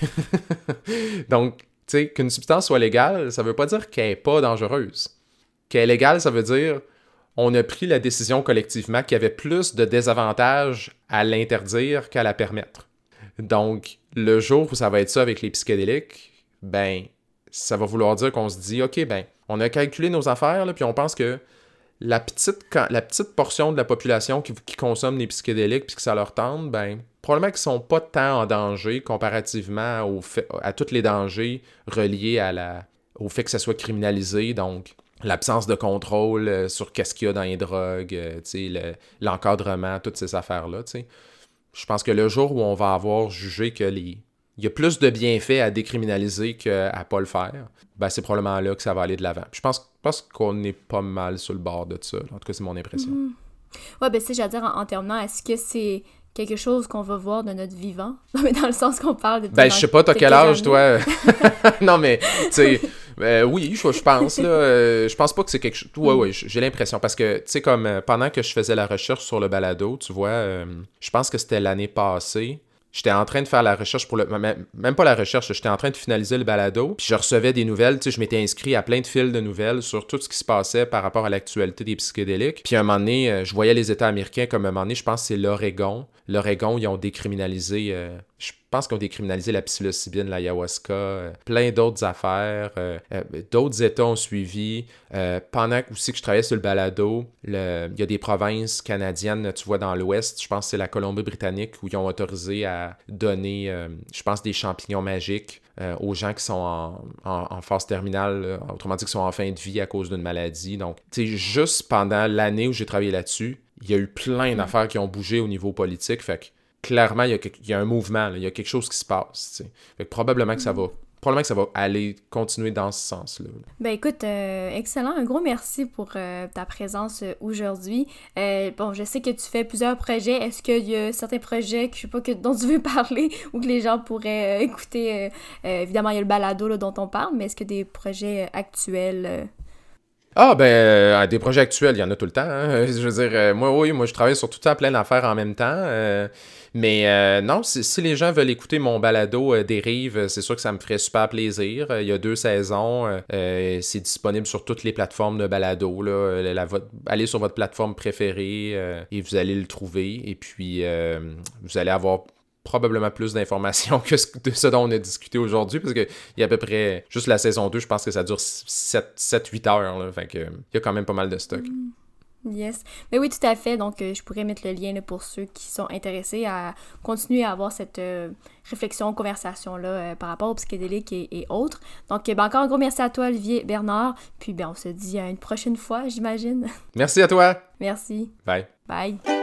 donc, tu sais, qu'une substance soit légale, ça veut pas dire qu'elle est pas dangereuse. Qu'elle est légale, ça veut dire... On a pris la décision collectivement qu'il y avait plus de désavantages à l'interdire qu'à la permettre. Donc, le jour où ça va être ça avec les psychédéliques, ben, ça va vouloir dire qu'on se dit, OK, ben, on a calculé nos affaires, là, puis on pense que la petite, la petite portion de la population qui, qui consomme les psychédéliques puis que ça leur tente, ben, probablement qu'ils sont pas tant en danger comparativement au fait, à tous les dangers reliés à la, au fait que ça soit criminalisé. Donc, l'absence de contrôle euh, sur qu'est-ce qu'il y a dans les drogues, euh, tu sais, le, l'encadrement, toutes ces affaires-là, tu sais. Je pense que le jour où on va avoir jugé que les... il y a plus de bienfaits à décriminaliser qu'à pas le faire, ben c'est probablement là que ça va aller de l'avant. Puis je pense, je pense qu'on est pas mal sur le bord de ça. En tout cas, c'est mon impression. Mm-hmm. Ouais, ben c'est, j'allais dire, en, en terminant, est-ce que c'est quelque chose qu'on va voir de notre vivant? Non, mais dans le sens qu'on parle de... Ben, je sais pas, t'as quel âge, toi? Non, mais, tu sais... Euh, oui, je, je pense, là. Euh, je pense pas que c'est quelque chose... Ouais, ouais, j'ai l'impression. Parce que, tu sais, comme euh, pendant que je faisais la recherche sur le balado, tu vois, euh, je pense que c'était l'année passée, j'étais en train de faire la recherche pour le... Même pas la recherche, j'étais en train de finaliser le balado, puis je recevais des nouvelles, tu sais, je m'étais inscrit à plein de fils de nouvelles sur tout ce qui se passait par rapport à l'actualité des psychédéliques. Puis à un moment donné, euh, je voyais les États américains comme à un moment donné, je pense que c'est l'Oregon. L'Oregon, ils ont décriminalisé... Euh, je pense qu'ils ont décriminalisé la psilocybine, l'ayahuasca, euh, plein d'autres affaires. Euh, euh, d'autres États ont suivi. Euh, pendant aussi que je travaillais sur le balado, le, il y a des provinces canadiennes, tu vois, dans l'Ouest, je pense que c'est la Colombie-Britannique, où ils ont autorisé à donner, euh, je pense, des champignons magiques euh, aux gens qui sont en, en, en phase terminale, euh, autrement dit, qui sont en fin de vie à cause d'une maladie. Donc, tu sais, juste pendant l'année où j'ai travaillé là-dessus, il y a eu plein d'affaires qui ont bougé au niveau politique, fait que clairement, il y a, il y a un mouvement, là, il y a quelque chose qui se passe. T'sais. Fait que probablement que ça va probablement que ça va aller continuer dans ce sens-là. Ben écoute, euh, excellent. Un gros merci pour euh, ta présence euh, aujourd'hui. Euh, bon, je sais que tu fais plusieurs projets. Est-ce qu'il y a certains projets que je sais pas que, dont tu veux parler ou que les gens pourraient euh, écouter? Euh, euh, évidemment, il y a le balado là, dont on parle, mais est-ce que des projets actuels... Euh... Ah, ben, euh, des projets actuels, il y en a tout le temps. Hein. Je veux dire, euh, moi, oui, moi, je travaille sur tout ça, plein d'affaires en même temps. Euh, mais euh, non, si, si les gens veulent écouter mon balado euh, Dérive, c'est sûr que ça me ferait super plaisir. Euh, il y a deux saisons. Euh, c'est disponible sur toutes les plateformes de balado. Là. La, la, votre, allez sur votre plateforme préférée euh, et vous allez le trouver. Et puis, euh, vous allez avoir probablement plus d'informations que ce, de ce dont on a discuté aujourd'hui, parce qu'il y a à peu près, juste la saison deux, je pense que ça dure sept huit heures, là, fait que il y a quand même pas mal de stock. Yes. Mais oui, tout à fait, donc euh, je pourrais mettre le lien là, pour ceux qui sont intéressés à continuer à avoir cette euh, réflexion, conversation-là euh, par rapport aux psychédéliques et, et autres. Donc, ben, encore un gros merci à toi, Olivier Bernard, puis ben, on se dit à une prochaine fois, j'imagine. Merci à toi! Merci. Bye. Bye.